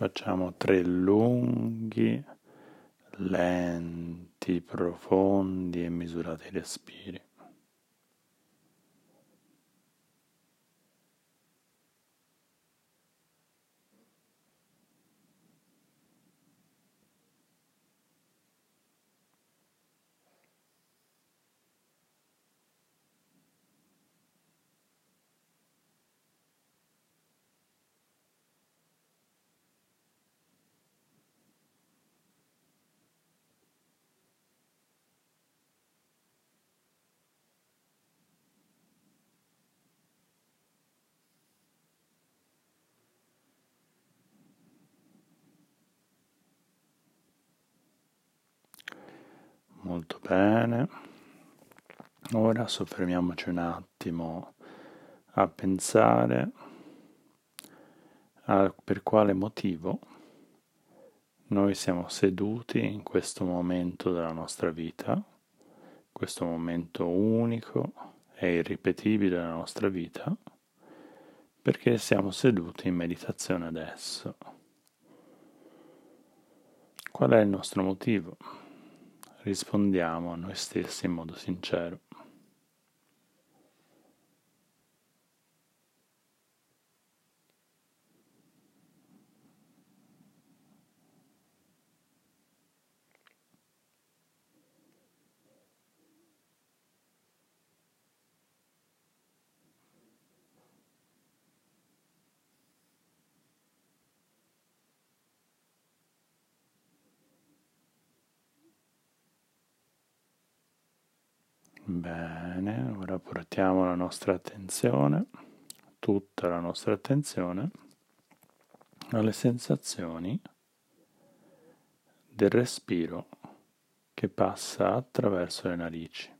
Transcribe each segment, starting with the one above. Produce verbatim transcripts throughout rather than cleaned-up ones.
Facciamo tre lunghi, lenti, profondi e misurati respiri. Molto bene. Ora soffermiamoci un attimo a pensare a per quale motivo noi siamo seduti in questo momento della nostra vita, questo momento unico e irripetibile della nostra vita, perché siamo seduti in meditazione adesso. Qual è il nostro motivo? Rispondiamo a noi stessi in modo sincero. Bene, ora portiamo la nostra attenzione, tutta la nostra attenzione, alle sensazioni del respiro che passa attraverso le narici.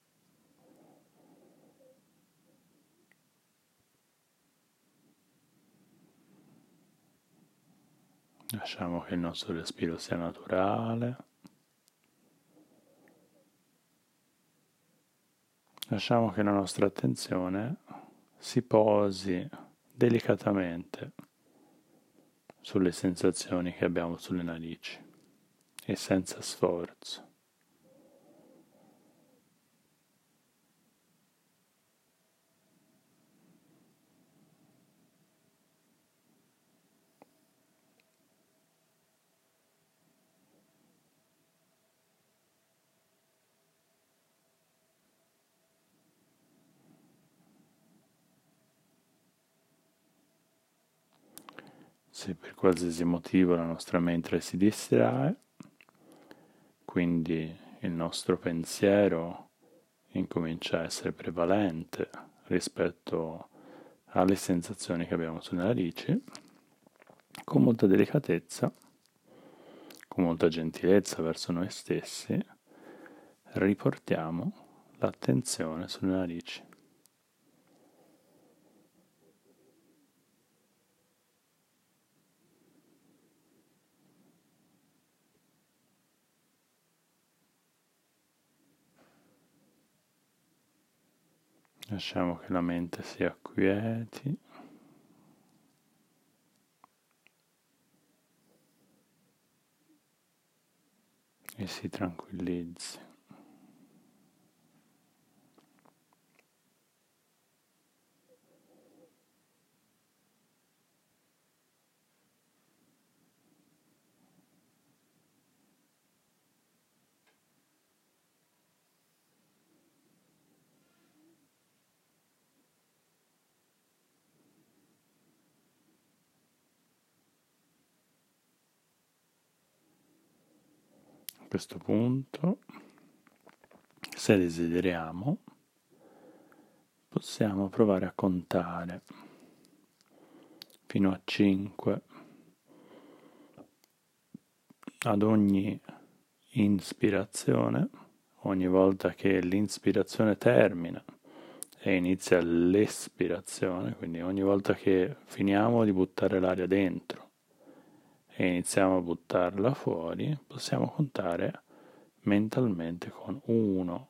Lasciamo che il nostro respiro sia naturale. Lasciamo che la nostra attenzione si posi delicatamente sulle sensazioni che abbiamo sulle narici e senza sforzo. Se per qualsiasi motivo la nostra mente si distrae, quindi il nostro pensiero incomincia a essere prevalente rispetto alle sensazioni che abbiamo sulle narici, con molta delicatezza, con molta gentilezza verso noi stessi, riportiamo l'attenzione sulle narici. Lasciamo che la mente si acquieti e si tranquillizzi. A questo punto, se desideriamo, possiamo provare a contare fino a cinque ad ogni inspirazione, ogni volta che l'inspirazione termina e inizia l'espirazione, quindi ogni volta che finiamo di buttare l'aria dentro e iniziamo a buttarla fuori, possiamo contare mentalmente con uno.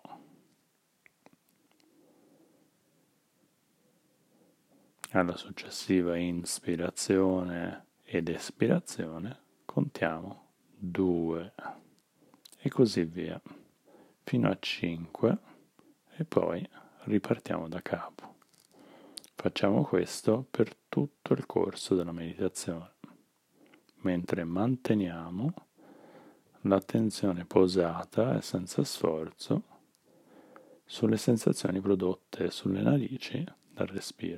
Alla successiva inspirazione ed espirazione contiamo due e così via fino a cinque e poi ripartiamo da capo. Facciamo questo per tutto il corso della meditazione, mentre manteniamo l'attenzione posata e senza sforzo sulle sensazioni prodotte sulle narici dal respiro.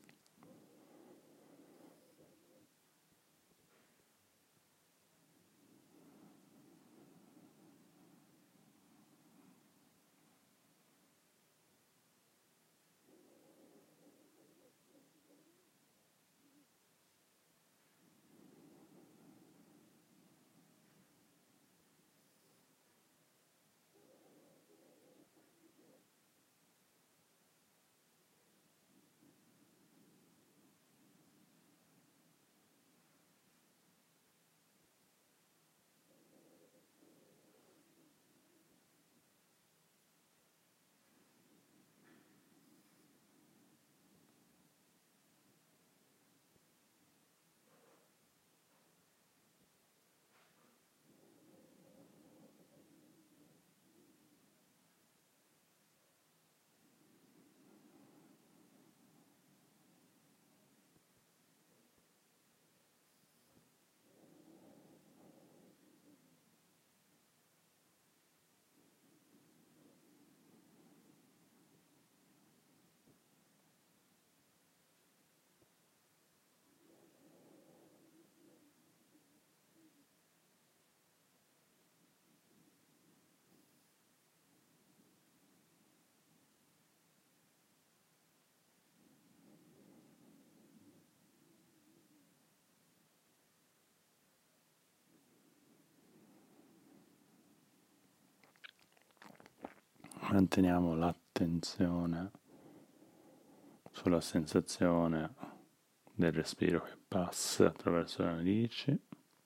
Manteniamo l'attenzione sulla sensazione del respiro che passa attraverso le narici,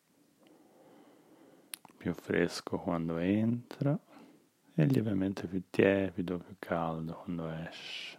più fresco quando entra e lievemente più tiepido, più caldo quando esce.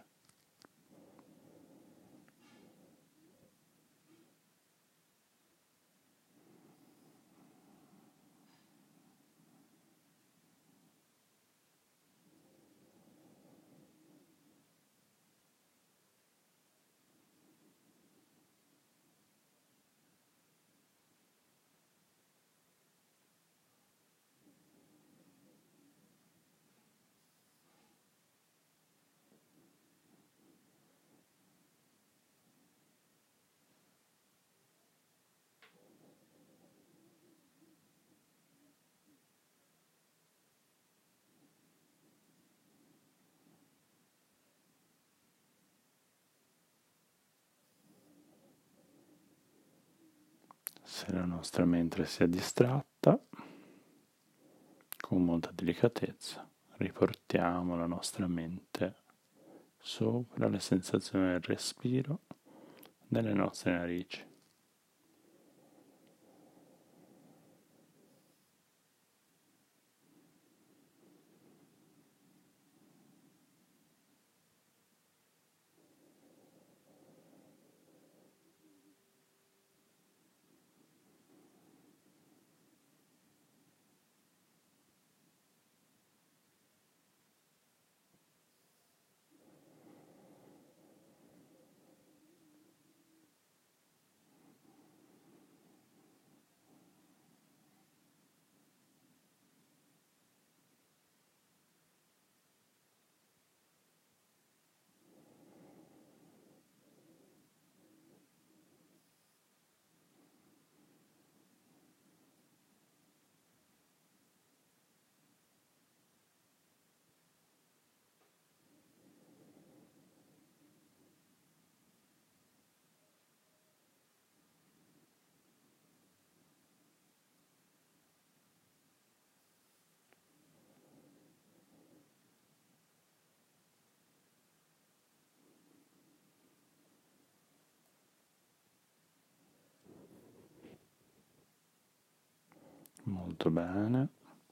Se la nostra mente si è distratta, con molta delicatezza riportiamo la nostra mente sopra le sensazioni del respiro nelle nostre narici. Molto bene.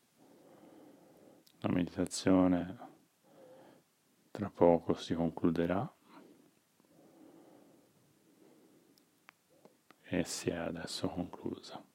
La meditazione tra poco si concluderà e si è adesso conclusa.